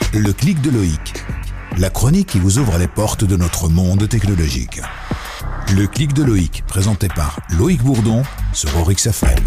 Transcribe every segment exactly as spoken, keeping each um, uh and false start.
Le clic de Loïc, la chronique qui vous ouvre les portes de notre monde technologique. Le clic de Loïc, présenté par Loïc Bourdon sur Orix F M.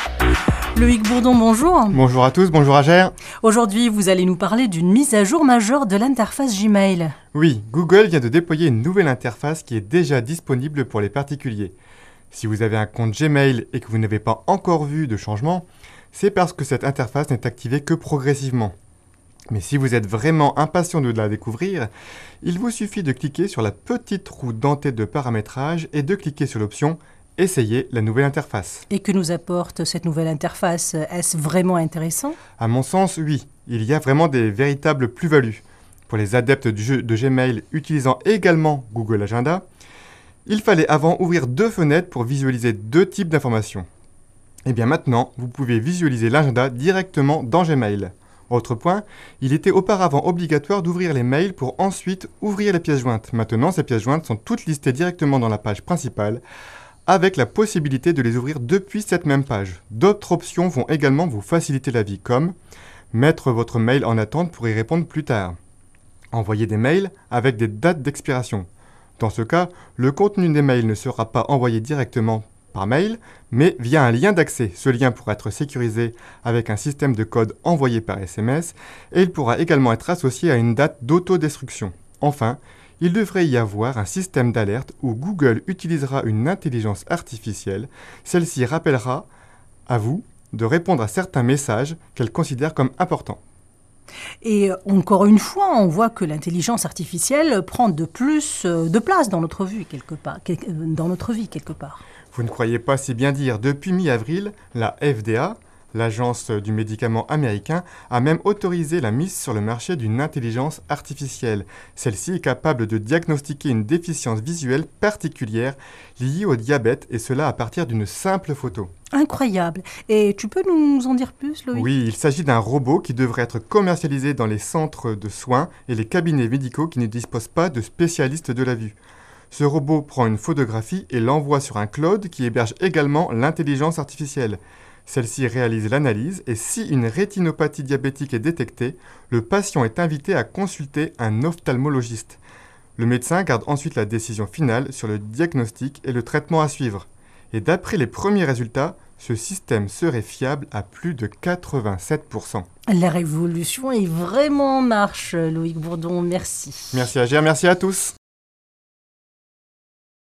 Loïc Bourdon, bonjour. Bonjour à tous, bonjour Ager. Aujourd'hui, vous allez nous parler d'une mise à jour majeure de l'interface Gmail. Oui, Google vient de déployer une nouvelle interface qui est déjà disponible pour les particuliers. Si vous avez un compte Gmail et que vous n'avez pas encore vu de changement, c'est parce que cette interface n'est activée que progressivement. Mais si vous êtes vraiment impatient de la découvrir, il vous suffit de cliquer sur la petite roue dentée de paramétrage et de cliquer sur l'option « Essayer la nouvelle interface ». Et que nous apporte cette nouvelle interface? Est-ce vraiment intéressant? À mon sens, oui. Il y a vraiment des véritables plus-values. Pour les adeptes du jeu de Gmail utilisant également Google Agenda, il fallait avant ouvrir deux fenêtres pour visualiser deux types d'informations. Et bien maintenant, vous pouvez visualiser l'agenda directement dans Gmail. Autre point, il était auparavant obligatoire d'ouvrir les mails pour ensuite ouvrir les pièces jointes. Maintenant, ces pièces jointes sont toutes listées directement dans la page principale, avec la possibilité de les ouvrir depuis cette même page. D'autres options vont également vous faciliter la vie, comme mettre votre mail en attente pour y répondre plus tard. Envoyer des mails avec des dates d'expiration. Dans ce cas, le contenu des mails ne sera pas envoyé directement par mail, mais via un lien d'accès. Ce lien pourra être sécurisé avec un système de code envoyé par S M S et il pourra également être associé à une date d'autodestruction. Enfin, il devrait y avoir un système d'alerte où Google utilisera une intelligence artificielle. Celle-ci rappellera à vous de répondre à certains messages qu'elle considère comme importants. Et encore une fois, on voit que l'intelligence artificielle prend de plus de place dans notre vie quelque part. Dans notre vie, quelque part. Vous ne croyez pas si bien dire. Depuis mi-avril, la F D A, l'agence du médicament américain, a même autorisé la mise sur le marché d'une intelligence artificielle. Celle-ci est capable de diagnostiquer une déficience visuelle particulière liée au diabète, et cela à partir d'une simple photo. Incroyable. Et tu peux nous en dire plus, Loïc? Oui, il s'agit d'un robot qui devrait être commercialisé dans les centres de soins et les cabinets médicaux qui ne disposent pas de spécialistes de la vue. Ce robot prend une photographie et l'envoie sur un cloud qui héberge également l'intelligence artificielle. Celle-ci réalise l'analyse et si une rétinopathie diabétique est détectée, le patient est invité à consulter un ophtalmologiste. Le médecin garde ensuite la décision finale sur le diagnostic et le traitement à suivre. Et d'après les premiers résultats, ce système serait fiable à plus de quatre-vingt-sept pour cent. La révolution est vraiment en marche, Loïc Bourdon. Merci. Merci Ager, merci à tous.